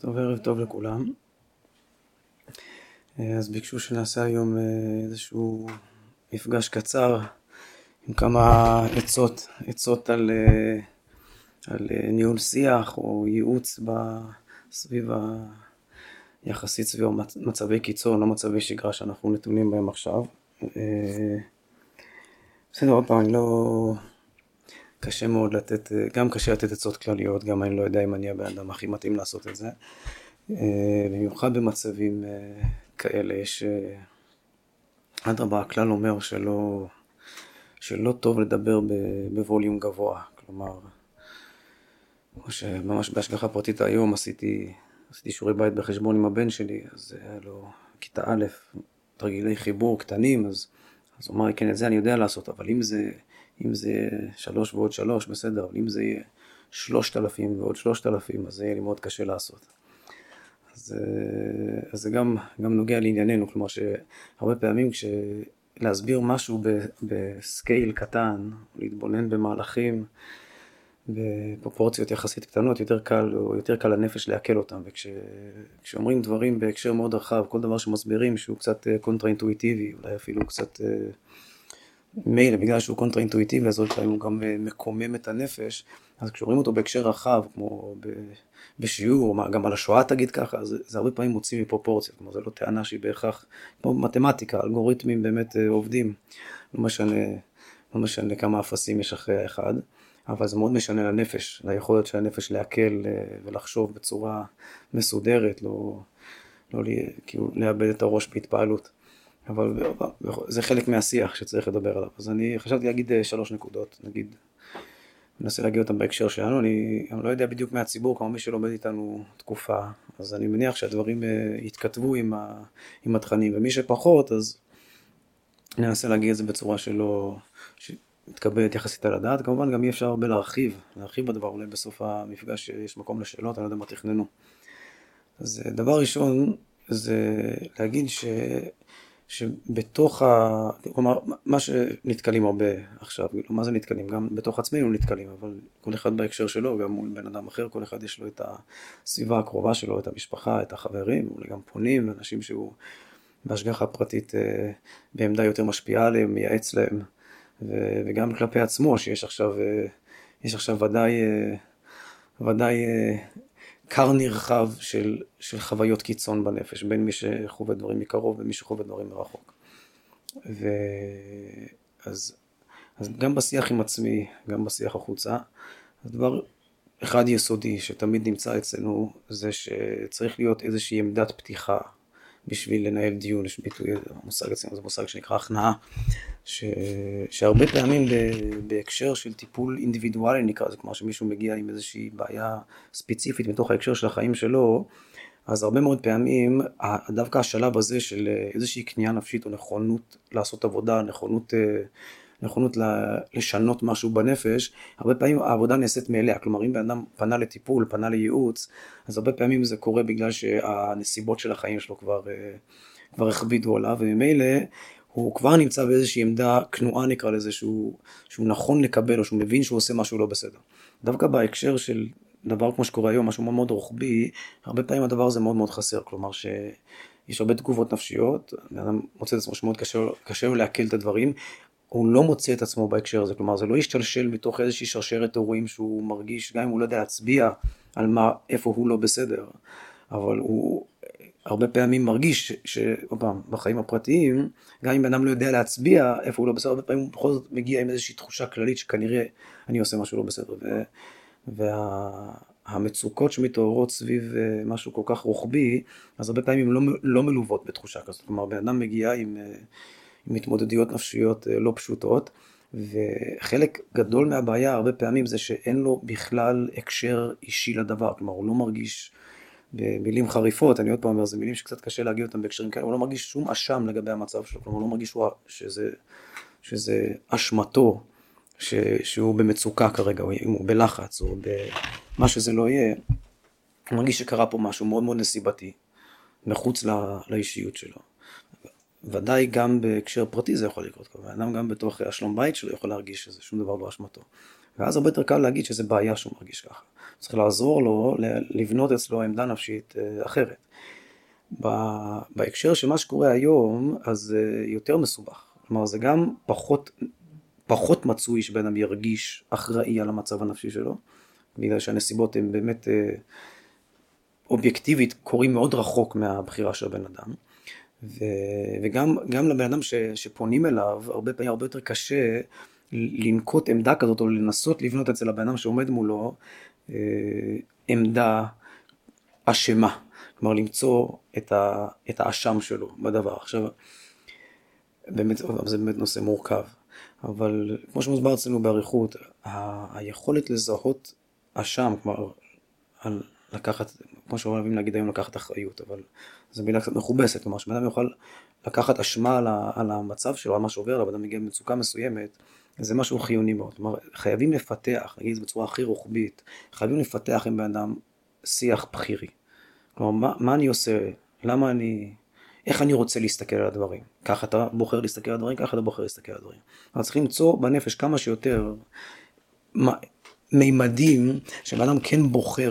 טוב, ערב טוב לכולם. אז ביקשו שנעשה היום איזשהו מפגש קצר עם כמה עצות על ניהול שיח או ייעוץ סביב יחסית סביב מצבי קיצון, לא מצבי שגרה שאנחנו נתונים בהם עכשיו. בסדר, עוד פעם, אני לא... קשה מאוד לתת, גם קשה לתת עצות כלליות, גם אני לא יודע אם אני הבן אדם הכי מתאים לעשות את זה. במיוחד במצבים כאלה יש, אדרבה, הכלל אומר שלא טוב לדבר בווליום גבוה. כלומר, כמו שממש בהשגחה פרטית היום עשיתי שיעורי בית בחשבון עם הבן שלי, אז היה לו כיתה א', תרגילי חיבור קטנים, אז הוא אמר לי, כן, את זה אני יודע לעשות, אבל אם זה 3 ועוד 3, בסדר, אבל אם זה יהיה 3,000 ועוד 3,000, אז זה יהיה לי מאוד קשה לעשות. אז זה גם נוגע לענייננו, כלומר שהרבה פעמים להסביר משהו בסקייל קטן, להתבונן במהלכים, בפרופורציות יחסית קטנות, יותר קל לנפש להקל אותם, וכשאומרים דברים בהקשר מאוד רחב, כל דבר שמסבירים שהוא קצת קונטרה-אינטואיטיבי, אולי אפילו קצת מילא, בגלל שהוא קונטרה-אינטואיטיבי, אז עוד פעמים הוא גם מקומם את הנפש, אז כשאומרים אותו בהקשר רחב, כמו בשיעור, גם על השואה תגיד ככה, זה הרבה פעמים מוציא מפרופורציות, כלומר זה לא טענה שהיא בהכרח, כמו מתמטיקה, אלגוריתמים באמת עובדים, לא משנה כמה אפסים יש אחרי האחד, אבל זה מאוד משנה לנפש, ליכולת של הנפש להקל ולחשוב בצורה מסודרת, לא כאילו לאבד את הראש בהתפעלות. אבל זה חלק מהשיח שצריך לדבר עליו. אז אני חשבתי להגיד 3 נקודות, נגיד, מנסה להגיד אותם בהקשר שלנו, אני לא יודע בדיוק מהציבור, כמו מי שלומד איתנו תקופה, אז אני מניח שהדברים יתכתבו עם התכנים, ומי שפחות, אז ננסה להגיד את זה בצורה מתקבלת יחסית על הדעת. כמובן גם אי אפשר הרבה להרחיב בדבר, אולי בסוף המפגש יש מקום לשאלות, אני לא יודע מה תכננו. אז דבר ראשון זה להגיד שבתוך כלומר, מה שנתקלים הרבה עכשיו, מה זה נתקלים? גם בתוך עצמנו נתקלים, אבל כל אחד בהקשר שלו, גם מול בן אדם אחר, כל אחד יש לו את הסביבה הקרובה שלו, את המשפחה, את החברים, אולי גם פונים, אנשים שהוא בהשגחה פרטית בעמדה יותר משפיעה עליהם, מייעץ להם, וגם כלפי עצמו, שיש עכשיו ודאי קר נרחב של חוויות קיצון בנפש, בין מי שחווה דברים מקרוב ומי שחווה דברים מרחוק. אז גם בשיח עם עצמי, גם בשיח החוצה, הדבר אחד יסודי שתמיד נמצא אצלנו, זה שצריך להיות איזושהי עמדת פתיחה בשביל לנהל דיון. יש ביטוי, המושג אצלנו זה מושג שנקרא הכנעה, שהרבה פעמים בהקשר של טיפול אינדיבידואלי נקרא, זה כמו שמישהו מגיע עם איזושהי בעיה ספציפית מתוך ההקשר של החיים שלו, אז הרבה מאוד פעמים דווקא השלב הזה של איזושהי קנייה נפשית או נכונות לעשות עבודה, נכונות לשנות משהו בנפש, הרבה פעמים העבודה נעשית מאליה. כלומר, אם בן אדם פנה לטיפול, פנה לייעוץ, אז הרבה פעמים זה קורה בגלל שהנסיבות של החיים שלו כבר הכבידו עליו, וממילא הוא כבר נמצא באיזושהי עמדה כנועה, נקרא לזה, שהוא נכון לקבל, או שהוא מבין שהוא עושה משהו לא בסדר. דווקא בהקשר של דבר כמו שקורה היום, משהו מאוד רוחבי, הרבה פעמים הדבר הזה מאוד מאוד חסר. כלומר שיש הרבה תגובות נפשיות, אדם מוצא את עצמו שמאוד קשה לו להקל את הדברים, הוא לא מוצא את עצמו בהקשר הזה. כלומר, זה לא ישתלשל מתוך איזושהי שרשרת אירועים שהוא מרגיש, גם אם הוא לא יודע להצביע על איפה הוא לא בסדר, אבל הוא הרבה פעמים מרגיש בחיים הפרטיים, גם אם בן אדם לא יודע להצביע איפה הוא לא בסדר, הרבה פעמים הוא בכל זאת מגיע עם איזושהי תחושה כללית שכנראה אני עושה משהו לא בסדר. והמצוקות שמתעוררות סביב משהו כל כך רוחבי, אז הרבה פעמים לא מלוות בתחושה כזאת. כלומר, בן אדם מגיע עם התמודדויות נפשיות לא פשוטות, וחלק גדול מהבעיה הרבה פעמים זה שאין לו בכלל הקשר אישי לדבר. כלומר, הוא לא מרגיש במילים חריפות, אני עוד פעם אומר, זה מילים שקצת קשה להגיד אותם בהקשרים כאלה, הוא לא מרגיש שום אשם לגבי המצב שלו. כלומר, הוא לא מרגיש שזה אשמתו, שהוא במצוקה כרגע, או אם הוא בלחץ, או במה שזה לא יהיה. הוא מרגיש שקרה פה משהו מאוד מאוד נסיבתי, מחוץ לאישיות שלו. ודאי גם בהקשר פרטי זה יכול לקרות, כמובן, גם בתוך השלום בית שלו יכול להרגיש שזה שום דבר לא אשמתו. ואז הרבה יותר קל להגיד שזה בעיה שהוא מרגיש ככה. צריך לעזור לו לבנות אצלו עמדה נפשית אחרת. בהקשר של מה שקורה היום, אז זה יותר מסובך. כלומר, זה גם פחות מצוי שבן אדם ירגיש אחראי על המצב הנפשי שלו, בגלל שהנסיבות הן באמת אובייקטיבית, קוראים מאוד רחוק מהבחירה של הבן אדם. וגם לבן אדם שפונים אליו, הרבה פעמים הרבה יותר קשה לנקוט עמדה כזאת, או לנסות לבנות אצל הבן אדם שעומד מולו, עמדה אשמה. כלומר, למצוא את האשם שלו בדבר. עכשיו, באמת, זה באמת נושא מורכב. אבל כמו שמוסבר אצלנו בעריכות, היכולת לזהות אשם, כלומר, לקחת, כמו שאוהבים להגיד היום, לקחת אחריות, אבל זו מילה קצת מכובסת, כלומר, שבן אדם יוכל לקחת אשמה על המצב שלו, על מה שעובר, אבל אדם מגיע במצוקה מסוימת, זה משהו חיוני מאוד. כלומר, חייבים לפתח, נגיד בצורה הכי רוחבית, חייבים לפתח עם בן אדם שיח בחירי. כלומר, מה אני עושה? איך אני רוצה להסתכל על הדברים? ככה אתה בוחר להסתכל על הדברים, ככה אתה בוחר להסתכל על הדברים. אבל צריך למצוא בנפש כמה שיותר מימדים שבן אדם כן בוחר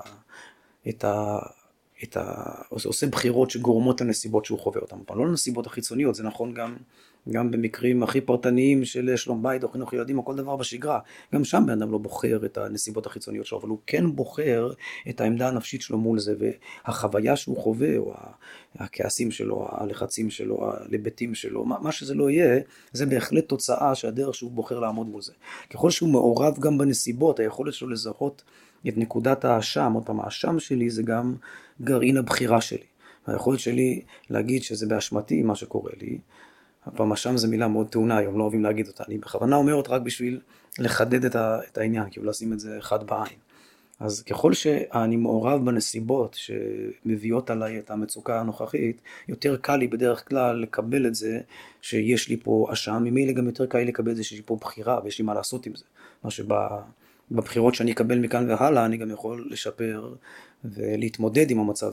עושה בחירות שגורמות לנסיבות שהוא חווה אותן. לא לנסיבות החיצוניות, זה נכון גם במקרים הכי פרטניים של שלום בית או חינוך ילדים או כל דבר בשגרה. גם שם בן אדם לא בוחר את הנסיבות החיצוניות שלו, אבל הוא כן בוחר את העמדה הנפשית שלו מול זה, והחוויה שהוא חווה, או הכעסים שלו, הלחצים שלו, הלבטים שלו, מה שזה לא יהיה, זה בהחלט תוצאה שהדרך שהוא בוחר לעמוד מול זה. ככל שהוא מעורב גם בנסיבות, היכולת שלו לזהות את נקודת האשם, עוד פעם, האשם שלי זה גם גרעין הבחירה שלי. היכולת שלי להגיד שזה באשמתי מה שקורה לי, הפעם אשם זה מילה מאוד טעונה, היום לא אוהבים להגיד אותה. אני בכוונה אומר אותה רק בשביל לחדד את העניין, כאילו לשים את זה אחד בעין. אז ככל שאני מעורב בנסיבות שמביאות עליי את המצוקה הנוכחית, יותר קל לי בדרך כלל לקבל את זה שיש לי פה אשם, ממילא גם יותר קל לי לקבל את זה שיש לי פה בחירה ויש לי מה לעשות עם זה. מה שבבחירות שאני אקבל מכאן והלאה, אני גם יכול לשפר ולהתמודד עם המצב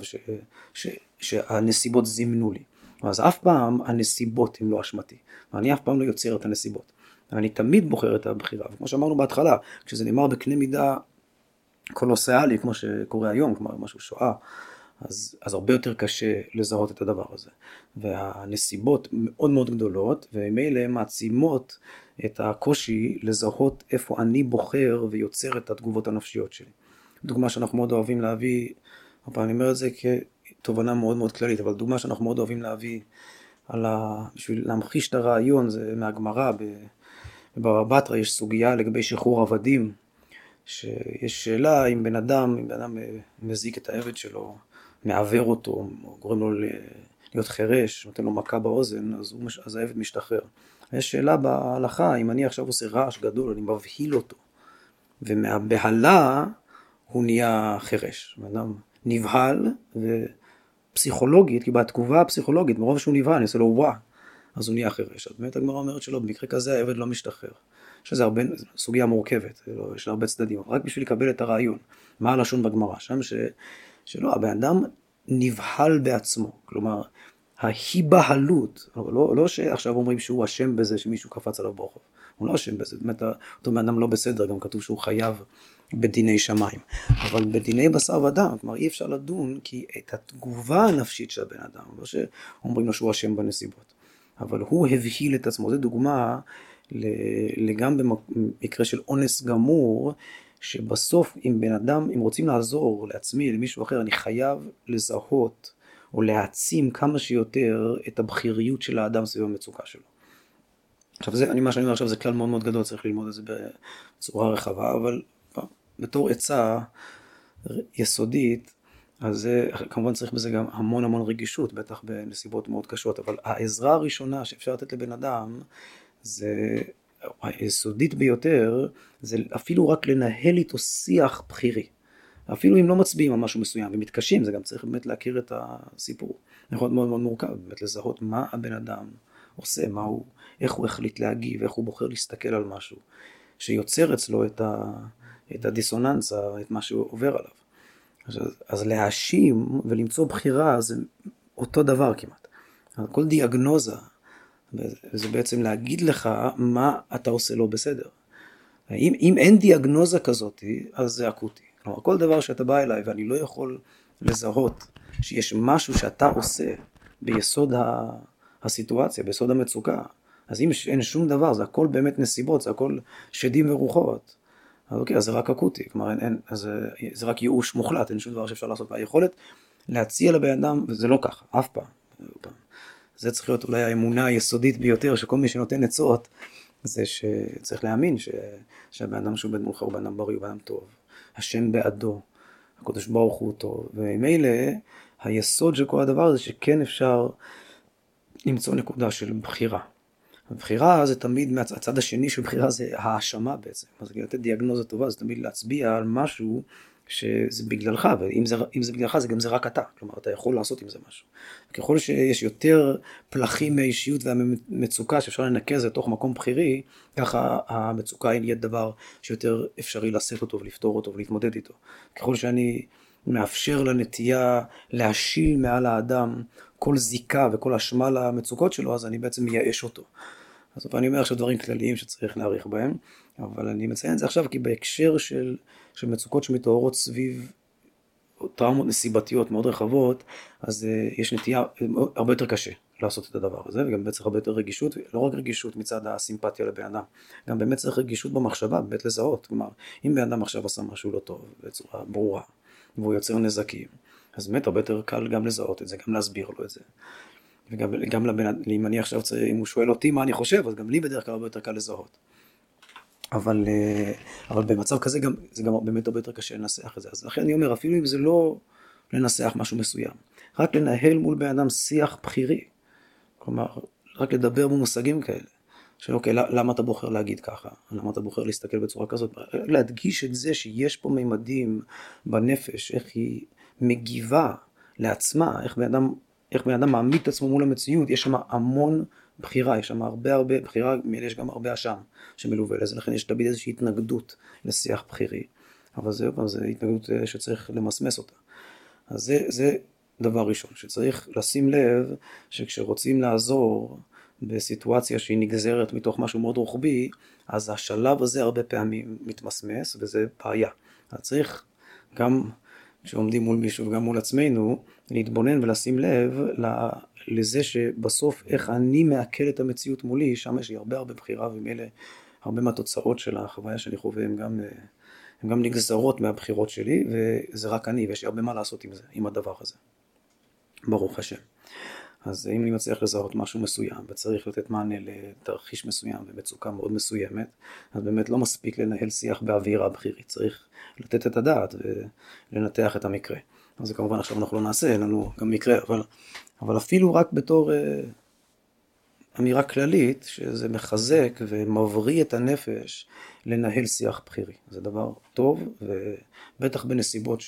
שהנסיבות זימנו לי. אז אף פעם הנסיבות הן לא אשמתי, ואני אף פעם לא יוצר את הנסיבות. אני תמיד בוחר את הבחירה, וכמו שאמרנו בהתחלה, כשזה נאמר בקנה מידה קולוסיאלי, כמו שקורה היום, כמו משהו שואה, אז הרבה יותר קשה לזהות את הדבר הזה. והנסיבות מאוד מאוד גדולות, וממילא הן מעצימות את הקושי לזהות איפה אני בוחר ויוצר את התגובות הנפשיות שלי. דוגמה שאנחנו מאוד אוהבים להביא, אבל אני אומר את זה כתובנה מאוד מאוד כללית, אבל דוגמה שאנחנו מאוד אוהבים להביא בשביל להמחיש את הרעיון, זה מהגמרא, בבבא בתרא יש סוגיה לגבי שחרור עבדים, שיש שאלה אם בן אדם מזיק את העבד שלו, מעבר אותו, גורם לו להיות חרש, נותן לו מכה באוזן, אז העבד משתחרר. יש שאלה בהלכה, אם אני עכשיו עושה רעש גדול, אני מבהיל אותו, ומהבהלה הוא נהיה חרש. בן אדם נבהל, ופסיכולוגית, כי בתגובה הפסיכולוגית, מרוב שהוא נבהל, אני עושה לו וואה, אז הוא נהיה חרש. אז באמת הגמרא אומרת שלא, במקרה כזה העבד לא משתחרר. שזה הרבה סוגיה מורכבת, יש לה הרבה צדדים, רק בשביל לקבל את הרעיון. מה הלשון בגמרא? שם שלא, הבן אדם נבהל בעצמו, כלומר, ההיבהלות, לא שעכשיו אומרים שהוא אשם בזה שמישהו קפץ עליו ברחוב, הוא לא אשם בזה, באמת אותו בן אדם לא בסדר, גם כתוב שהוא חייב בדיני שמיים, אבל בדיני בשר ודם, כלומר אי אפשר לדון, כי את התגובה הנפשית של הבן אדם, לא שאומרים לו שהוא אשם בנסיבות, אבל הוא הבהיל את עצמו, זו דוגמה גם במקרה של אונס גמור, שבסוף אם בן אדם, אם רוצים לעזור לעצמי, למישהו אחר, אני חייב לזהות או להעצים כמה שיותר את הבחיריות של האדם סביב המצוקה שלו. עכשיו מה שאני אומר עכשיו זה כלל מאוד מאוד גדול, צריך ללמוד את זה בצורה רחבה, אבל בתור עצה יסודית, אז כמובן צריך בזה גם המון המון רגישות, בטח בנסיבות מאוד קשות, אבל העזרה הראשונה שאפשר לתת לבן אדם, זה היסודית ביותר, זה אפילו רק לנהל איתו שיח בחירי. אפילו אם לא מצביעים על משהו מסוים ומתקשים, זה גם צריך באמת להכיר את הסיפור. נכון, מאוד מאוד מורכב, באמת לזהות מה הבן אדם עושה, איך הוא החליט להגיב, איך הוא בוחר להסתכל על משהו, שיוצר אצלו את הדיסוננסה, את מה שהוא עובר עליו. אז להאשים ולמצוא בחירה זה אותו דבר כמעט. כל דיאגנוזה, וזה בעצם להגיד לך מה אתה עושה לא בסדר. אם אין דיאגנוזה כזאת, אז זה אקוטי. כלומר, כל דבר שאתה בא אליי ואני לא יכול לזהות שיש משהו שאתה עושה ביסוד הסיטואציה, ביסוד המצוקה, אז אם אין שום דבר, זה הכל באמת נסיבות, זה הכל שדים ורוחות, אז אוקיי, אז זה רק אקוטי, כלומר, אז זה רק ייאוש מוחלט, אין שום דבר שאפשר לעשות. והיכולת להציע לבן אדם, וזה לא ככה, אף פעם. זה צריך להיות אולי האמונה היסודית ביותר, שכל מי שנותן עצות, זה שצריך להאמין שהבן אדם שהוא בן מולך הוא בן אדם בריא, הוא בן אדם טוב. השם בעדו, הקדוש ברוך הוא טוב. וממילא, היסוד של כל הדבר הזה שכן אפשר למצוא נקודה של בחירה. הבחירה זה תמיד, הצד השני של בחירה זה האשמה בעצם. אז לתת דיאגנוזה טובה, זה תמיד להצביע על משהו שזה בגללך, ואם זה בגללך זה גם זה רק אתה. כלומר, אתה יכול לעשות עם זה משהו. ככל שיש יותר פלחים מהאישיות והמצוקה שאפשר לנקז לתוך מקום בחירי, ככה המצוקה יהיה דבר שיותר אפשרי לשאת אותו ולפתור אותו ולהתמודד איתו. ככל שאני מאפשר לנטייה להשיל מעל האדם כל זיקה וכל אשמה למצוקות שלו, אז אני בעצם מייאש אותו. אז אני אומר עכשיו דברים כלליים שצריך להעריך בהם, אבל אני מציין את זה עכשיו כי בהקשר של מצוקות שמתעוררות סביב טראומות נסיבתיות מאוד רחבות, אז יש נטייה הרבה יותר קשה לעשות את הדבר הזה, וגם באמת צריך הרבה יותר רגישות, לא רק רגישות מצד הסימפתיה לבן אדם, גם באמת צריך רגישות במחשבה, באמת לזהות. כלומר, אם בן אדם עכשיו עשה משהו לא טוב בצורה ברורה, והוא יוצר נזקים, אז באמת הרבה יותר קל גם לזהות את זה, גם להסביר לו את זה. וגם אם אני עכשיו, אם הוא שואל אותי מה אני חושב, אז גם לי בדרך כלל הרבה יותר קל לזהות. אבל במצב כזה זה גם באמת הרבה יותר קשה לנסח את זה. אז לכן אני אומר, אפילו אם זה לא לנסח משהו מסוים, רק לנהל מול בן אדם שיח בחירי. כלומר, רק לדבר במושגים כאלה. שאוקיי, למה אתה בוחר להגיד ככה? למה אתה בוחר להסתכל בצורה כזאת? להדגיש את זה שיש פה מימדים בנפש, איך היא מגיבה לעצמה, איך בן אדם מעמיד את עצמו מול המציאות. יש שם המון בחירה, יש שם הרבה בחירה, יש גם הרבה אשם שמלווה לזה, לכן יש תמיד איזושהי התנגדות לשיח בחירי, אבל זה התנגדות שצריך למסמס אותה. אז זה דבר ראשון, שצריך לשים לב שכשרוצים לעזור בסיטואציה שהיא נגזרת מתוך משהו מאוד רוחבי, אז השלב הזה הרבה פעמים מתמסמס, וזה בעיה. אז צריך גם כשעומדים מול מישהו וגם מול עצמנו, להתבונן ולשים לב לזה שבסוף איך אני מעכל את המציאות מולי, שם יש לי הרבה בחירה, ומאלה הרבה מהתוצאות של החוויה שאני חווה הם גם נגזרות מהבחירות שלי, וזה רק אני, ויש לי הרבה מה לעשות עם זה, עם הדבר הזה. ברוך השם. אז אם אני מצליח לזהות משהו מסוים, וצריך לתת מענה לתרחיש מסוים ומצוקה מאוד מסוימת, אז באמת לא מספיק לנהל שיח באווירה בחירית, צריך לתת את הדעת ולנתח את המקרה. אז זה כמובן עכשיו אנחנו לא נעשה, אין לנו גם מקרה, אבל אפילו רק בתור אמירה כללית, שזה מחזק ומבריא את הנפש לנהל שיח בחירי. זה דבר טוב, ובטח בנסיבות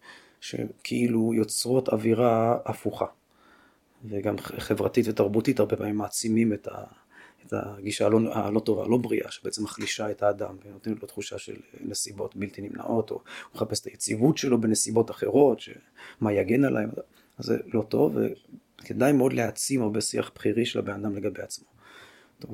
שכאילו יוצרות אווירה הפוכה. וגם חברתית ותרבותית הרבה פעמים מעצימים את הגישה הלא טובה, הלא בריאה, שבעצם מחלישה את האדם ונותנת לו תחושה של נסיבות בלתי נמנעות, או הוא מחפש את היציבות שלו בנסיבות אחרות, שמה יגן עליהם. אז זה לא טוב, וכדאי מאוד להעצים הרבה שיח בחירי של הבן אדם לגבי עצמו. טוב,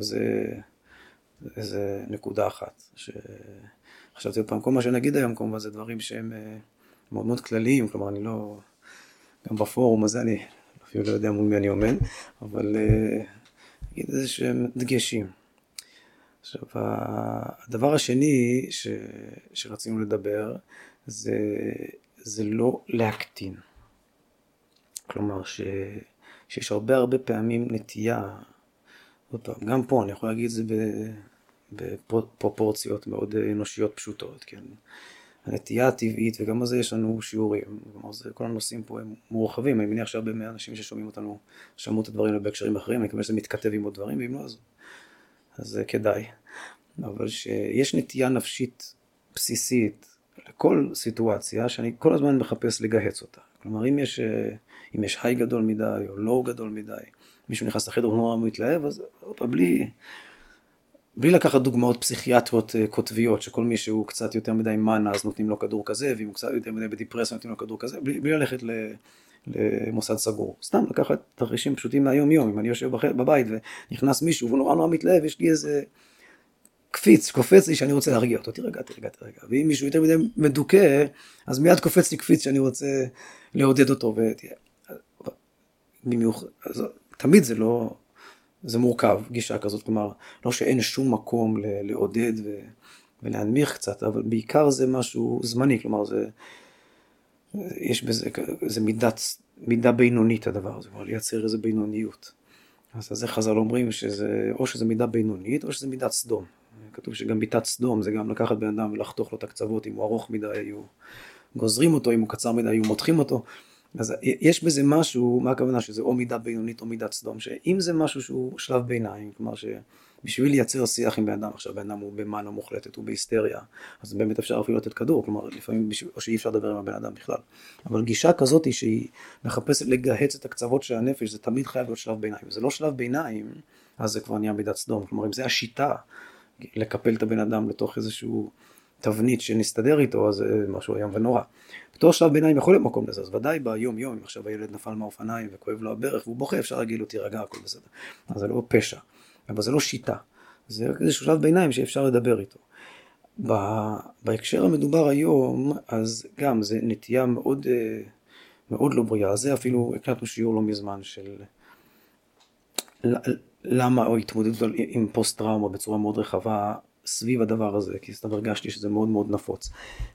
זה נקודה אחת. חשבתי עוד פעם, כל מה שנגיד היום כמובן זה דברים שהם מאוד מאוד כלליים, כלומר אני לא, גם בפורום הזה אני אפילו לא יודע מול מי אני עומד, אבל נגיד איזה שהם דגשים. עכשיו, הדבר השני שרצינו לדבר, זה לא להקטין. כלומר, שיש הרבה פעמים נטייה, גם פה אני יכול להגיד את זה בפרופורציות מאוד אנושיות פשוטות, כן? הנטייה הטבעית, וגם על זה יש לנו שיעורים, כל הנושאים פה הם מורחבים, אני מניח שהרבה מהאנשים ששומעים אותנו שמעו את הדברים בהקשרים אחרים, אני מקווה שזה מתכתב עם עוד דברים, ואם לא, אז זה כדאי. אבל שיש נטייה נפשית בסיסית לכל סיטואציה, שאני כל הזמן מחפש לגהץ אותה. כלומר, אם יש היי גדול מדי, או לא גדול מדי, מישהו נכנס לחדר ונורא מתלהב, אז בלי לקחת דוגמאות פסיכיאטריות כותביות, שכל מי שהוא קצת יותר מדי מנה, אז נותנים לו כדור כזה, ואם הוא קצת יותר מדי בדיפרסיה, נותנים לו כדור כזה, בלי ללכת למוסד סגור. סתם לקחת תרחישים פשוטים מהיום יום, אם אני יושב בבית ונכנס מישהו, והוא נורא מתלהב, יש לי איזה קופץ לי שאני רוצה להרגיע אותו, תירגע. ואם מישהו יותר מדי מדוכא, אז מיד קופץ לי קפיץ שאני רוצה לעודד אותו. תמיד זה מורכב, גישה כזאת, כלומר, לא שאין שום מקום לעודד ולהנמיך קצת, אבל בעיקר זה משהו זמני, כלומר, יש בזה, זה מידה בינונית הדבר הזה, כלומר, לייצר איזו בינוניות. אז זה חז"ל אומרים או שזה מידה בינונית, או שזה מידת סדום. כתוב שגם מידת סדום זה גם לקחת בן אדם ולחתוך לו את הקצוות, אם הוא ארוך מדי היו גוזרים אותו, אם הוא קצר מדי היו מותחים אותו. אז יש בזה משהו, מה הכוונה? שזה או מידה בינונית או מידת סדום, שאם זה משהו שהוא שלב ביניים, כלומר שבשביל לייצר שיח עם בן אדם, עכשיו בן אדם הוא במאנה מוחלטת, הוא בהיסטריה, אז באמת אפשר אפילו לתת כדור, כלומר לפעמים, או שאי אפשר לדבר עם הבן אדם בכלל. אבל גישה כזאת היא שהיא מחפשת לגהץ את הקצוות של הנפש, זה תמיד חייב להיות שלב ביניים. זה לא שלב ביניים, אז זה כבר נהיה מידת סדום. כלומר, אם זה השיטה, לקפל את הבן אדם לתוך איזשהו תבנית שנסתדר איתו, אז זה משהו היום ונורא. בתור שלב ביניים יכול להיות מקום לזה, אז ודאי ביום יום, אם עכשיו הילד נפל מהאופניים וכואב לו הברך והוא בוכה, אפשר להגיד לו תירגע, הכל בסדר. אז זה לא פשע, אבל זה לא שיטה. זה איזשהו שלב ביניים שאפשר לדבר איתו. בהקשר המדובר היום, אז גם זה נטייה מאוד, מאוד לא בריאה. זה אפילו הקלטנו שיעור לא מזמן של למה או התמודדות עם פוסט טראומה בצורה מאוד רחבה סביב הדבר הזה, כי סתם הרגשתי שזה מאוד מאוד נפוץ,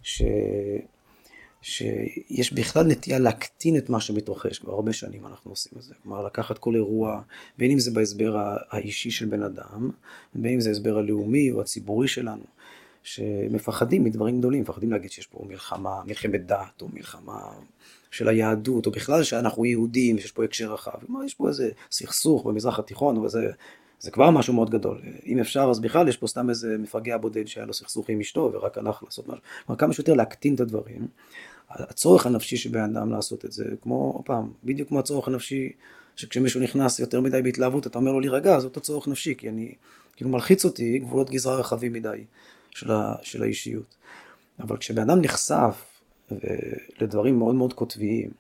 שיש בכלל נטייה להקטין את מה שמתרחש, כבר הרבה שנים אנחנו עושים את זה, כלומר לקחת כל אירוע, בין אם זה בהסבר האישי של בן אדם, בין אם זה הסבר הלאומי או הציבורי שלנו, שמפחדים מדברים גדולים, מפחדים להגיד שיש פה מלחמה, מלחמת דת, או מלחמה של היהדות, או בכלל שאנחנו יהודים, שיש פה הקשר רחב, כלומר יש פה איזה סכסוך במזרח התיכון, וזה כבר משהו מאוד גדול. אם אפשר, אז בכלל יש פה סתם איזה מפגע בודד שהיה לו סכסוך עם אשתו, ורק הלך לעשות משהו. כלומר, כמה שיותר להקטין את הדברים. הצורך הנפשי שבן אדם לעשות את זה, כמו, פעם, בדיוק כמו הצורך הנפשי, שכשמישהו נכנס יותר מדי בהתלהבות, אתה אומר לו להירגע, זה אותו צורך נפשי, כי אני, כאילו מלחיץ אותי גבולות גזרה רחבים מדי של האישיות. אבל כשבן אדם נחשף לדברים מאוד מאוד כותביים,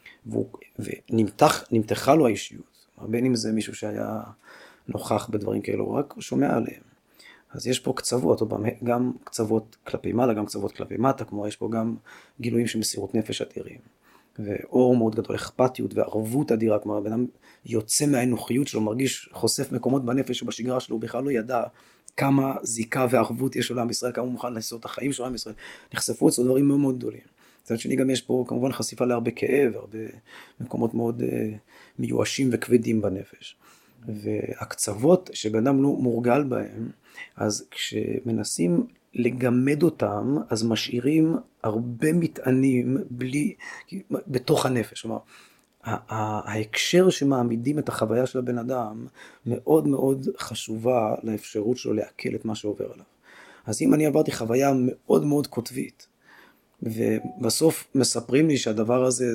ונמתחה לו האישיות, בין אם זה מישהו שהיה נוכח בדברים כאלו, הוא רק שומע עליהם. אז יש פה קצוות, גם קצוות כלפי מעלה, גם קצוות כלפי מטה, כמו יש פה גם גילויים של מסירות נפש אדירים. ואור מאוד גדול, אכפתיות וערבות אדירה, כמו הבן אדם יוצא מהאנוכיות שלו, מרגיש חושף מקומות בנפש ובשגרה שלו, הוא בכלל לא ידע כמה זיקה וערבות יש לו לעם ישראל, כמה הוא מוכן לעשות את החיים של עם ישראל. נחשפו אצלו דברים מאוד מאוד גדולים. מצד שני גם יש פה כמובן חשיפה להרבה כאב, הרבה מקומות מאוד מיואשים וכבדים בנפש. והקצוות שבן אדם לא מורגל בהם, אז כשמנסים לגמד אותם, אז משאירים הרבה מטענים בתוך הנפש. כלומר, ההקשר שמעמידים את החוויה של הבן אדם מאוד מאוד חשובה לאפשרות שלו לעכל את מה שעובר עליו. אז אם אני עברתי חוויה מאוד מאוד כותבית, ובסוף מספרים לי שהדבר הזה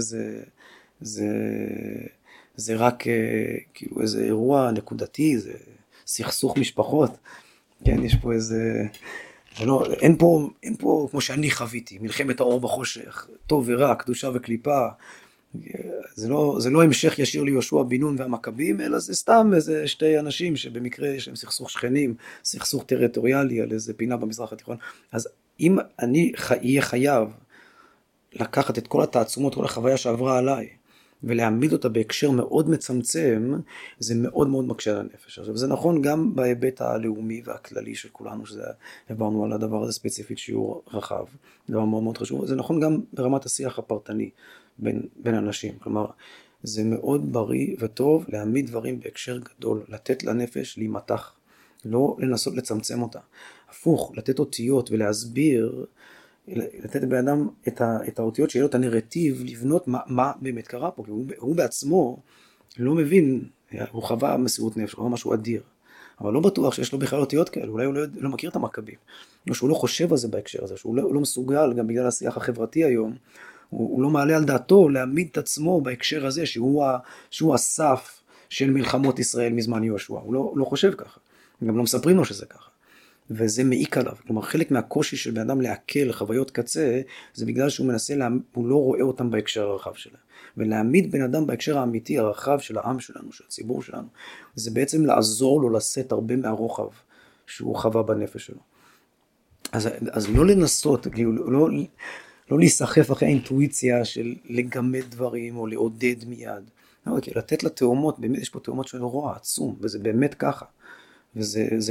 זה רק כאילו איזה אירוע נקודתי, זה סכסוך משפחות, כן, יש פה איזה, אין פה כמו שאני חוויתי, מלחמת האור בחושך, טוב ורע, קדושה וקליפה, זה לא המשך ישיר ליהושע בן נון והמכבים, אלא זה סתם איזה שתי אנשים שבמקרה יש להם סכסוך שכנים, סכסוך טריטוריאלי על איזה פינה במזרח התיכון. אז אם אני אהיה חייב לקחת את כל התעצומות, כל החוויה שעברה עליי, ולהעמיד אותה בהקשר מאוד מצמצם, זה מאוד מאוד מקשה על הנפש. עכשיו, זה נכון גם בהיבט הלאומי והכללי של כולנו, שזה עברנו על הדבר הזה ספציפית שיעור רחב, דבר מאוד מאוד חשוב. זה נכון גם ברמת השיח הפרטני בין אנשים. כלומר, זה מאוד בריא וטוב להעמיד דברים בהקשר גדול, לתת לנפש להימתח, לא לנסות לצמצם אותה. הפוך, לתת אותיות ולהסביר, לתת לבן אדם את האותיות שיהיה לו את הנרטיב, לבנות מה באמת קרה פה, כי הוא בעצמו לא מבין, הוא חווה מסירות נפש, הוא חווה משהו אדיר, אבל לא בטוח שיש לו בכלל אותיות כאלה, אולי הוא לא מכיר את המכבים, או שהוא לא חושב על זה בהקשר הזה, שהוא לא מסוגל, גם בגלל השיח החברתי היום, הוא לא מעלה על דעתו להעמיד את עצמו בהקשר הזה, שהוא הסף של מלחמות ישראל מזמן יהושע, הוא לא חושב ככה, גם לא מספרים לו שזה ככה. וזה מעיק עליו. כלומר, חלק מהקושי של בן אדם לעכל חוויות קצה, זה בגלל שהוא מנסה, הוא לא רואה אותם בהקשר הרחב שלה. ולהעמיד בן אדם בהקשר האמיתי, הרחב של העם שלנו, של הציבור שלנו, זה בעצם לעזור לו לשאת הרבה מהרוחב שהוא חווה בנפש שלו. אז לא לנסות, לא להיסחף אחרי האינטואיציה של לגמד דברים או לעודד מיד. לא, כי לתת לתאומות, באמת יש פה תאומות של רוע עצום, וזה באמת ככה. וזה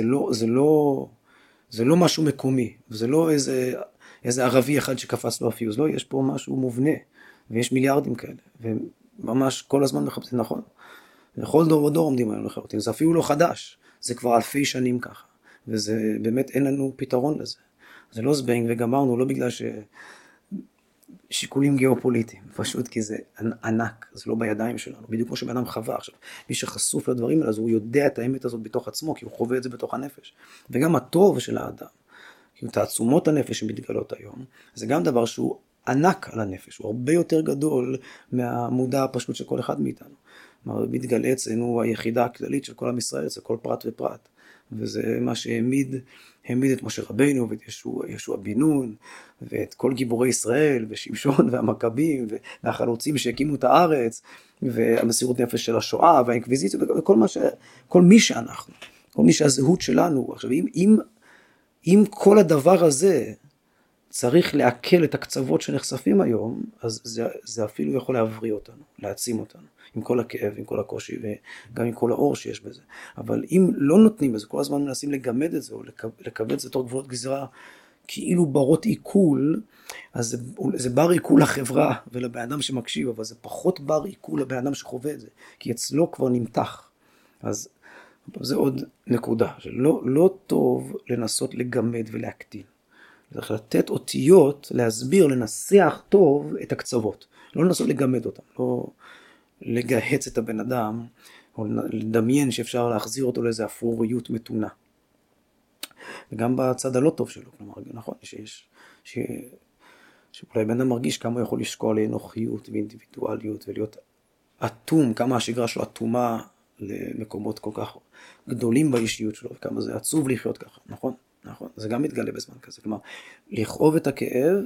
לא משהו מקומי, וזה לא איזה ערבי אחד שקפץ לו הפיוז, לא, יש פה משהו מובנה, ויש מיליארדים כאלה, וממש כל הזמן מחפשים, נכון. בכל דור ודור עומדים עלינו לחלוטין, זה אפילו לא חדש, זה כבר אלפי שנים ככה, וזה באמת אין לנו פתרון לזה. זה לא זבנג וגמרנו, לא בגלל שיקולים גיאופוליטיים, פשוט כי זה ענק, זה לא בידיים שלנו, בדיוק כמו שבאדם חווה. עכשיו, מי שחשוף לדברים האלה, אז הוא יודע את האמת הזאת בתוך עצמו, כי הוא חווה את זה בתוך הנפש. וגם הטוב של האדם, כי תעצומות הנפש שמתגלות היום, זה גם דבר שהוא ענק על הנפש, הוא הרבה יותר גדול מהמודע הפשוט של כל אחד מאיתנו. מתגלה אצלנו היחידה הכללית של כל עם ישראל, זה כל פרט ופרט. וזה מה שהעמיד את משה רבינו ואת ישוע בן נון ואת כל גיבורי ישראל ושמשון והמכבים והחלוצים שהקימו את הארץ והמסירות נפש של השואה והאינקוויזיציה וכל מי שאנחנו, כל מי שהזהות שלנו. עכשיו אם כל הדבר הזה צריך לעכל את הקצוות שנחשפים היום, אז זה אפילו יכול להבריא אותנו, להעצים אותנו, עם כל הכאב, עם כל הקושי, וגם עם כל האור שיש בזה. אבל אם לא נותנים בזה, כל הזמן מנסים לגמד את זה, או לקבל את זה תור גבולות גזרה, כאילו ברות עיכול, אז זה בר עיכול לחברה ולבן אדם שמקשיב, אבל זה פחות בר עיכול לבן אדם שחווה את זה, כי אצלו כבר נמתח. אז זה עוד נקודה, שלא טוב לנסות לגמד ולהקטין. צריך לתת אותיות, להסביר, לנסח טוב את הקצוות. לא לנסות לגמד אותם, לא לגהץ את הבן אדם, או לדמיין שאפשר להחזיר אותו לאיזו אפרוריות מתונה. וגם בצד הלא טוב שלו, כלומר, נכון, שאולי בן אדם מרגיש כמה הוא יכול לשקוע לאנוכיות ואינדיבידואליות, ולהיות אטום, כמה השגרה שלו אטומה למקומות כל כך גדולים באישיות שלו, וכמה זה עצוב לחיות ככה, נכון? נכון, זה גם מתגלה בזמן כזה, כלומר, לכאוב את הכאב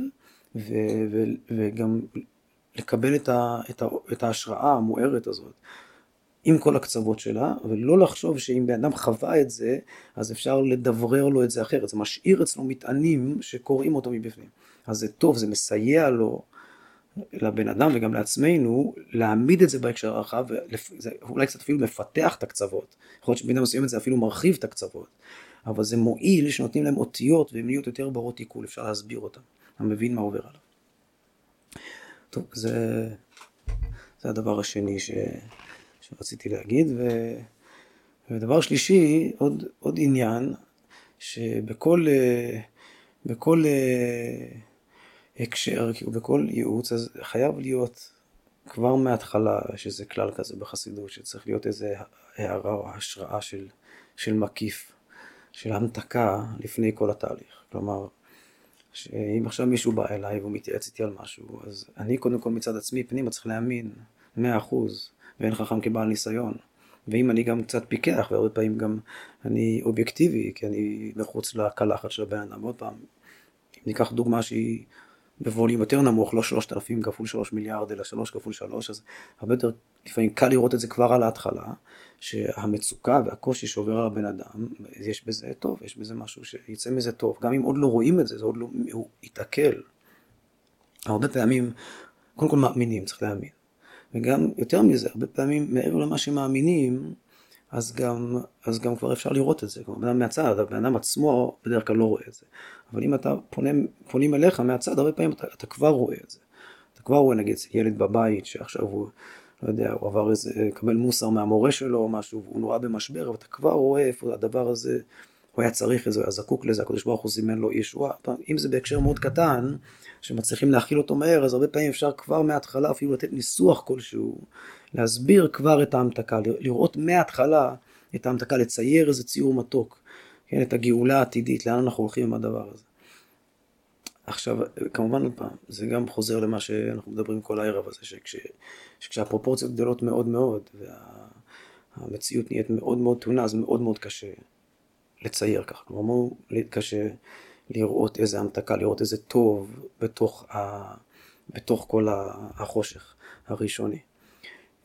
וגם לקבל את ההשראה המוארת הזאת עם כל הקצוות שלה, ולא לחשוב שאם בן אדם חווה את זה, אז אפשר לדברר לו את זה אחרת, זה משאיר אצלו מטענים שקוראים אותו מבפנים. אז זה טוב, זה מסייע לו, לבן אדם וגם לעצמנו, להעמיד את זה בהקשר הרחב, ואולי קצת אפילו מפתח את הקצוות, יכול להיות שבן מסוים את זה אפילו מרחיב את הקצוות, אבל זה מועיל שנותנים להם אותיות והן נהיות יותר ברות עיכול, אפשר להסביר אותם, המבין מה עובר עליו. טוב, זה הדבר השני שרציתי להגיד, ודבר שלישי, עוד עניין, שבכל הקשר, בכל ייעוץ, אז חייב להיות כבר מההתחלה, שזה כלל כזה בחסידות, שצריך להיות איזה הערה או השראה של מקיף, של המתקה לפני כל התהליך. כלומר, שאם עכשיו מישהו בא אליי והוא מתייעץ איתי על משהו, אז אני קודם כל מצד עצמי פנימה צריך להאמין 100%, ואין חכם כבעל ניסיון. ואם אני גם קצת פיקח, והרבה פעמים גם אני אובייקטיבי, כי אני מחוץ לקלחת של הבן אדם. עוד פעם, אם ניקח דוגמה שהיא בווליום יותר נמוך, לא 3,000 כפול 3 מיליארד, אלא 3 כפול 3, אז הרבה יותר לפעמים קל לראות את זה כבר על ההתחלה, שהמצוקה והקושי שעובר על הבן אדם, יש בזה טוב, יש בזה משהו שיצא מזה טוב. גם אם עוד לא רואים את זה, זה עוד לא, הוא יתעכל. הרבה פעמים, קודם כל מאמינים, צריך להאמין. וגם יותר מזה, הרבה פעמים מעבר למה שמאמינים, אז גם כבר אפשר לראות את זה. כמו בן אדם מהצד, הבן אדם עצמו בדרך כלל לא רואה את זה. אבל אם אתה פונים אליך מהצד, הרבה פעמים אתה כבר רואה את זה. אתה כבר רואה, נגיד, ילד בבית שעכשיו הוא, לא יודע, הוא עבר איזה, קבל מוסר מהמורה שלו או משהו, והוא נורא במשבר, אבל אתה כבר רואה איפה הדבר הזה, הוא היה צריך את זה, הוא היה זקוק לזה, הקדוש ברוך הוא זימן לו ישועה. אם זה בהקשר מאוד קטן, שמצליחים להכיל אותו מהר, אז הרבה פעמים אפשר כבר מההתחלה אפילו לתת ניסוח כלשהו, להסביר כבר את ההמתקה, לראות מההתחלה את ההמתקה, לצייר איזה ציור מתוק, כן, את הגאולה העתידית, לאן אנחנו הולכים עם הדבר הזה. עכשיו, כמובן עוד פעם, זה גם חוזר למה שאנחנו מדברים כל הערב הזה, שכשהפרופורציות גדולות מאוד מאוד, והמציאות נהיית מאוד מאוד תונה, אז מאוד מאוד קשה לצייר ככה. כלומר, מאוד קשה לראות איזה המתקה, לראות איזה טוב בתוך כל החושך הראשוני.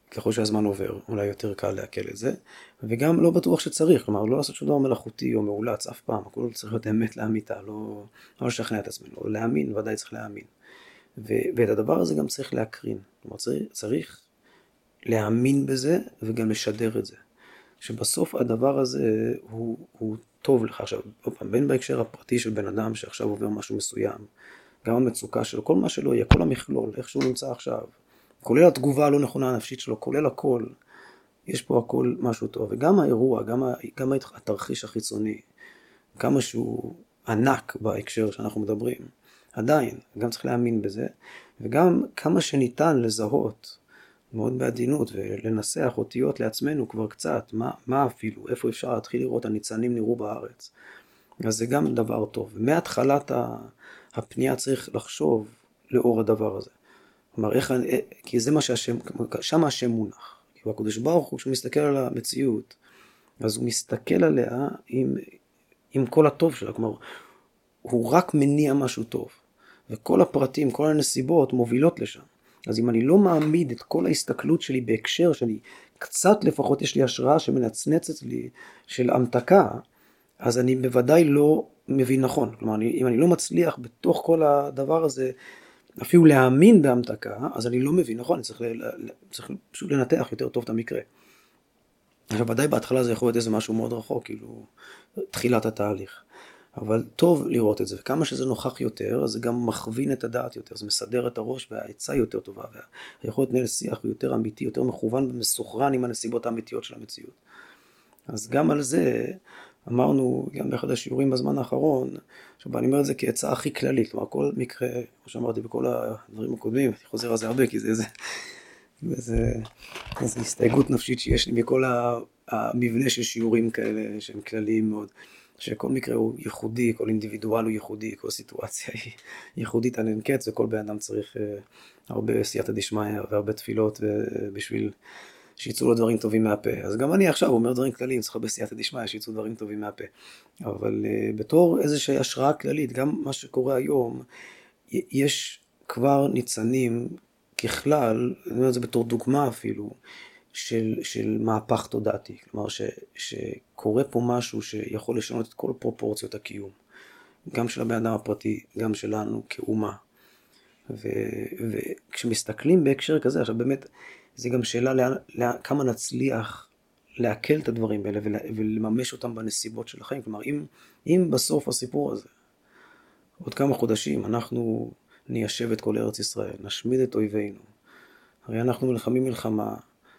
ככל שהזמן עובר, אולי יותר קל לעכל את זה, וגם לא בטוח שצריך, כלומר, לא לעשות שום דבר מלאכותי או מאולץ אף פעם, הכל צריך להיות אמת לאמיתה, לא לשכנע את עצמנו, להאמין, ודאי צריך להאמין. ואת הדבר הזה גם צריך להקרין, כלומר, צריך להאמין בזה וגם לשדר את זה. שבסוף הדבר הזה הוא טוב לך. עכשיו, בין בהקשר הפרטי של בן אדם שעכשיו עובר משהו מסוים, גם המצוקה שלו, כל מה שלא יהיה, כל המכלול, איך שהוא נמצא עכשיו, כולל התגובה הלא נכונה הנפשית שלו, כולל הכל, יש פה הכל משהו טוב. וגם האירוע, גם התרחיש החיצוני, כמה שהוא ענק בהקשר שאנחנו מדברים, עדיין, גם צריך להאמין בזה, וגם כמה שניתן לזהות, מאוד בעדינות, ולנסח אותיות לעצמנו כבר קצת, מה אפילו, איפה אפשר להתחיל לראות, הניצנים נראו בארץ. אז זה גם דבר טוב. מהתחלת הפנייה צריך לחשוב לאור הדבר הזה. כלומר, כי זה מה שהשם, שם השם מונח. כי הקדוש ברוך הוא, כשהוא מסתכל על המציאות, אז הוא מסתכל עליה עם כל הטוב שלה. כלומר, הוא רק מניע משהו טוב. וכל הפרטים, כל הנסיבות מובילות לשם. אז אם אני לא מעמיד את כל ההסתכלות שלי בהקשר שלי, קצת לפחות יש לי השראה שמנצנצת לי של המתקה, אז אני בוודאי לא מבין נכון. כלומר, אם אני לא מצליח בתוך כל הדבר הזה, אפילו להאמין בהמתקה, אז אני לא מבין נכון, אני צריך פשוט לנתח יותר טוב את המקרה. עכשיו, ודאי בהתחלה זה יכול להיות איזה משהו מאוד רחוק, כאילו, תחילת התהליך. אבל טוב לראות את זה, וכמה שזה נוכח יותר, אז זה גם מכווין את הדעת יותר, זה מסדר את הראש, והעצה יותר טובה, והיכולת לנהל שיח הוא יותר אמיתי, יותר מכוון ומסוכרן עם הנסיבות האמיתיות של המציאות. אז גם על זה אמרנו, גם באחד השיעורים בזמן האחרון, שבה אני אומר את זה כעצה הכי כללית, כלומר כל מקרה, כמו שאמרתי בכל הדברים הקודמים, אני חוזר על זה הרבה, כי זה הסתייגות נפשית שיש לי מכל המבנה של שיעורים כאלה, שהם כלליים מאוד. שכל מקרה הוא ייחודי, כל אינדיבידואל הוא ייחודי, כל סיטואציה היא ייחודית על אין קץ, וכל בן אדם צריך הרבה סייעתא דשמיא והרבה תפילות בשביל שיצאו לו דברים טובים מהפה. אז גם אני עכשיו אומר דברים כלליים, צריך הרבה סייעתא דשמיא שיצאו דברים טובים מהפה. אבל בתור איזושהי השראה כללית, גם מה שקורה היום, יש כבר ניצנים ככלל, אני אומר את זה בתור דוגמה אפילו, של מהפך תודעתי, כלומר שקורה פה משהו שיכול לשנות את כל פרופורציות הקיום, גם של הבן אדם הפרטי, גם שלנו כאומה. וכשמסתכלים בהקשר כזה, עכשיו באמת, זה גם שאלה כמה נצליח לעכל את הדברים האלה ולממש אותם בנסיבות של החיים. כלומר, אם בסוף הסיפור הזה, עוד כמה חודשים, אנחנו ניישב את כל ארץ ישראל, נשמיד את אויבינו, הרי אנחנו נלחמים מלחמה,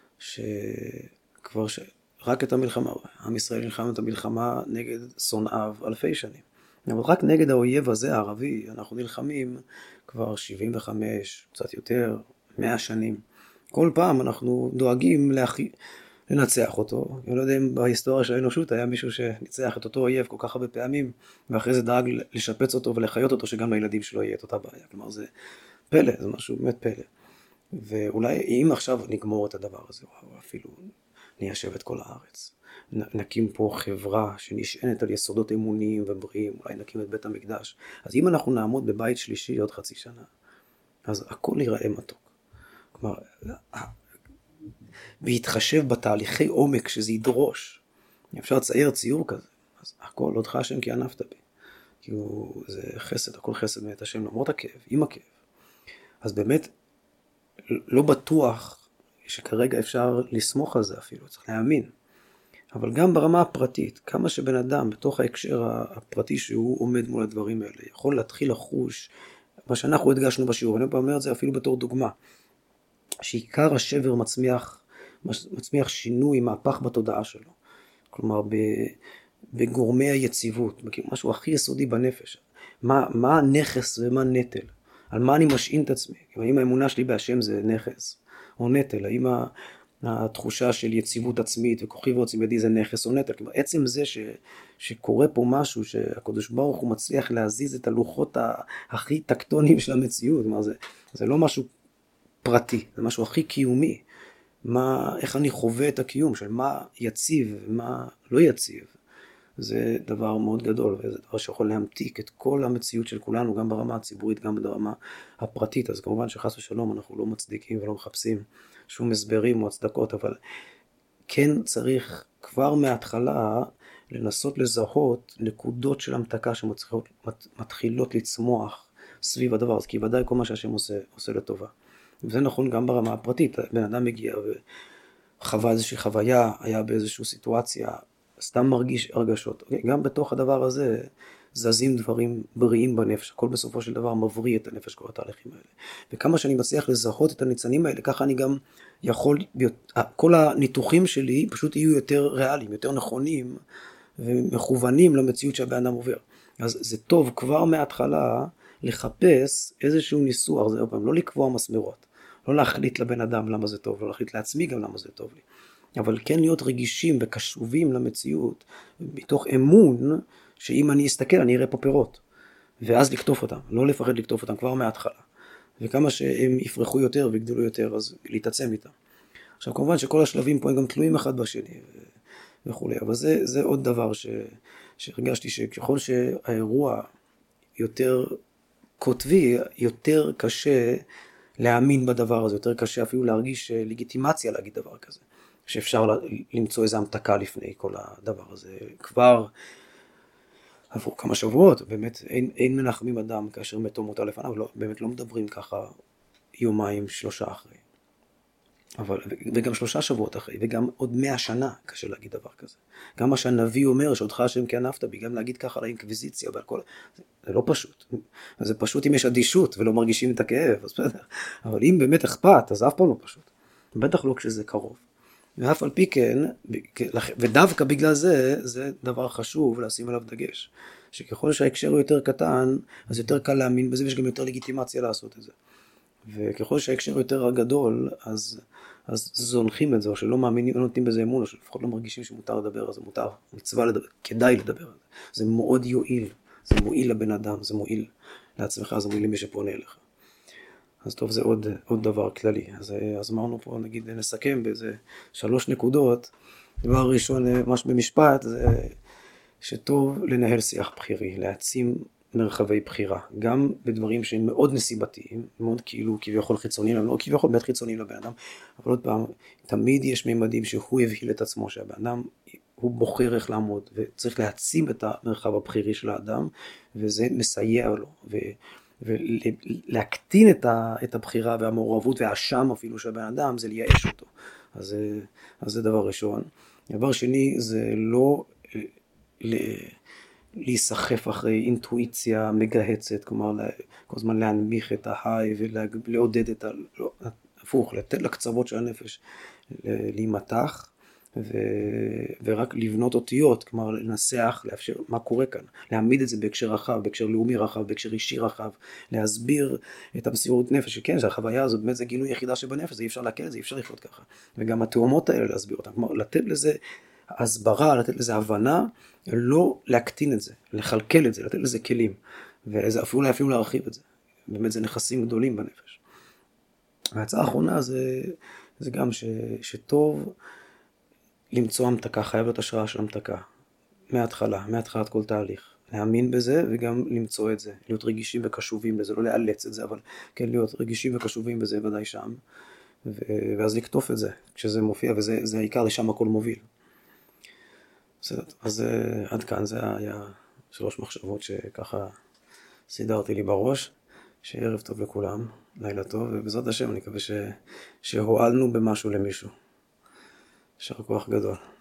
שכבר רק את המלחמה, עם ישראל נלחם את המלחמה נגד שונאיו אלפי שנים. אבל רק נגד האויב הזה, הערבי, אנחנו נלחמים כבר 75, קצת יותר, 100 שנים. כל פעם אנחנו דואגים לנצח אותו. אני לא יודע אם בהיסטוריה של האנושות היה מישהו שניצח את אותו אויב כל כך הרבה פעמים, ואחרי זה דאג לשפץ אותו ולחיות אותו, שגם לילדים שלו יהיה את אותה בעיה. כלומר, זה פלא, זה משהו באמת פלא. ואולי אם עכשיו נגמור את הדבר הזה, או אפילו ניישב את כל הארץ, נקים פה חברה שנשענת על יסודות אמוניים ובריאים, אולי נקים את בית המקדש. אז אם אנחנו נעמוד בבית שלישי עוד חצי שנה, אז הכל ייראה מתוק. כלומר, בהתחשב בתהליכי עומק שזה ידרוש, אפשר לצייר ציור כזה, אז הכל אותך השם כי ענפת בי. כי זה חסד, הכל חסד מאת השם, למרות הכאב, עם הכאב. אז באמת, לא בטוח שכרגע אפשר לסמוך על זה אפילו, צריך להאמין. אבל גם ברמה הפרטית, כמה שבן אדם בתוך ההקשר הפרטי שהוא עומד מול הדברים האלה, יכול להתחיל לחוש מה שאנחנו הדגשנו בשיעור, ואני אומר את זה אפילו בתור דוגמה, שעיקר השבר מצמיח שינוי, מהפך בתודעה שלו. כלומר, בגורמי היציבות, משהו הכי יסודי בנפש. מה הנכס ומה נטל? על מה אני משעין את עצמי? האם האמונה שלי בהשם זה נכס או נטל? האם התחושה של יציבות עצמית וכוחי ועוצם ידי זה נכס או נטל? כלומר, עצם זה שקורה פה משהו, שהקדוש ברוך הוא מצליח להזיז את הלוחות הכי טקטוניים של המציאות, כלומר, זה לא משהו פרטי, זה משהו הכי קיומי. איך אני חווה את הקיום של מה יציב ומה לא יציב. זה דבר מאוד גדול, וזה דבר שיכול להמתיק את כל המציאות של כולנו, גם ברמה הציבורית, גם ברמה הפרטית. אז כמובן שחס ושלום אנחנו לא מצדיקים ולא מחפשים שום הסברים או הצדקות, אבל כן צריך כבר מההתחלה לנסות לזהות נקודות של המתקה שמתחילות לצמוח סביב הדבר הזה, כי ודאי כל מה שהשם עושה לטובה. וזה נכון גם ברמה הפרטית, בן אדם מגיע וחווה איזושהי חוויה, היה באיזושהי סיטואציה, סתם מרגיש הרגשות. גם בתוך הדבר הזה זזים דברים בריאים בנפש, הכל בסופו של דבר מבריא את הנפש, כל התהליכים האלה. וכמה שאני מצליח לזהות את הניצנים האלה, ככה אני גם יכול, כל הניתוחים שלי פשוט יהיו יותר ריאליים, יותר נכונים ומכוונים למציאות שהבן אדם עובר. אז זה טוב כבר מההתחלה לחפש איזשהו ניסוח, זה לא לקבוע מסמרות, לא להחליט לבן אדם למה זה טוב, לא להחליט לעצמי גם למה זה טוב לי, אבל כן להיות רגישים וקשובים למציאות, מתוך אמון שאם אני אסתכל אני אראה פה פירות, ואז לקטוף אותם, לא לפחד לקטוף אותם כבר מההתחלה, וכמה שהם יפרחו יותר ויגדלו יותר, אז להתעצם איתם. עכשיו כמובן שכל השלבים פה הם גם תלויים אחד בשני וכו', אבל זה עוד דבר שהרגשתי שככל שהאירוע יותר כותבי, יותר קשה להאמין בדבר הזה, יותר קשה אפילו להרגיש לגיטימציה להגיד דבר כזה, שאפשר למצוא איזו המתקה לפני כל הדבר הזה. כבר עבור כמה שבועות, באמת אין מנחמים אדם כאשר מתו מותה לפניו, באמת לא מדברים ככה יומיים, 3 אחרי. וגם 3 שבועות אחרי, וגם עוד 100 שנה קשה להגיד דבר כזה. גם מה שהנביא אומר, שאותך השם כענפת בי, גם להגיד ככה לאינקוויזיציה ועל כל... זה לא פשוט. זה פשוט אם יש אדישות ולא מרגישים את הכאב, אז בסדר. אבל אם באמת אכפת, אז אף פעם לא פשוט. בטח לא כשזה קרוב. ואף על פי כן, ודווקא בגלל זה, זה דבר חשוב לשים עליו דגש. שככל שההקשר הוא יותר קטן, אז יותר קל להאמין בזה, ויש גם יותר לגיטימציה לעשות את זה. וככל שההקשר יותר גדול, אז זונחים את זה, או שלא מאמינים, לא נותנים בזה אמון, או שלפחות לא מרגישים שמותר לדבר, אז זה מותר, מצווה לדבר, כדאי לדבר על זה. זה מאוד יועיל, זה מועיל לבן אדם, זה מועיל לעצמך, זה מועיל למי שפונה אליך. אז טוב, זה עוד דבר כללי. אז אמרנו פה, נגיד, נסכם באיזה 3 נקודות. דבר ראשון, ממש במשפט, זה שטוב לנהל שיח בחירי, להעצים מרחבי בחירה, גם בדברים שהם מאוד נסיבתיים, מאוד כאילו כביכול חיצוניים, לא כביכול באמת חיצוניים לבן אדם, אבל עוד פעם, תמיד יש ממדים שהוא הבהיל את עצמו, שהבן אדם הוא בוחר איך לעמוד, וצריך להעצים את המרחב הבחירי של האדם, וזה מסייע לו, ולהקטין את הבחירה והמעורבות והאשם אפילו של הבן אדם, זה לייאש אותו. אז זה דבר ראשון. דבר שני, זה לא להיסחף אחרי אינטואיציה מגהצת, כלומר כל הזמן להנמיך את ההיי ולעודד את ההפוך, לתת לקצוות של הנפש להימתח, ורק לבנות אותיות, כלומר לנסח, לאפשר מה קורה כאן, להעמיד את זה בהקשר רחב, בהקשר לאומי רחב, בהקשר אישי רחב, להסביר את המסירות נפש, שכן, שהחוויה הזאת באמת זה גילוי יחידה שבנפש, זה אי אפשר להקל את זה, אי אפשר לחיות ככה, וגם התאומות האלה להסביר אותם, כלומר לתת לזה הסברה, לתת לזה הבנה, לא להקטין את זה, לחלקל את זה, לתת לזה כלים, ואפילו להרחיב את זה, באמת זה נכסים גדולים בנפש. וההצעה האחרונה זה גם שטוב למצוא המתקה, חייב להיות השראה של המתקה, מהתחלת כל תהליך, להאמין בזה וגם למצוא את זה, להיות רגישים וקשובים לזה, לא לאלץ את זה, אבל כן להיות רגישים וקשובים בזה ודאי שם, ואז לקטוף את זה, כשזה מופיע, וזה העיקר, לשם הכל מוביל. בסדר, אז עד כאן זה היה 3 מחשבות שככה סידרתי לי בראש, שערב טוב לכולם, לילה טוב, ובעזרת השם אני מקווה שהועלנו במשהו למישהו. יישר כוח גדול.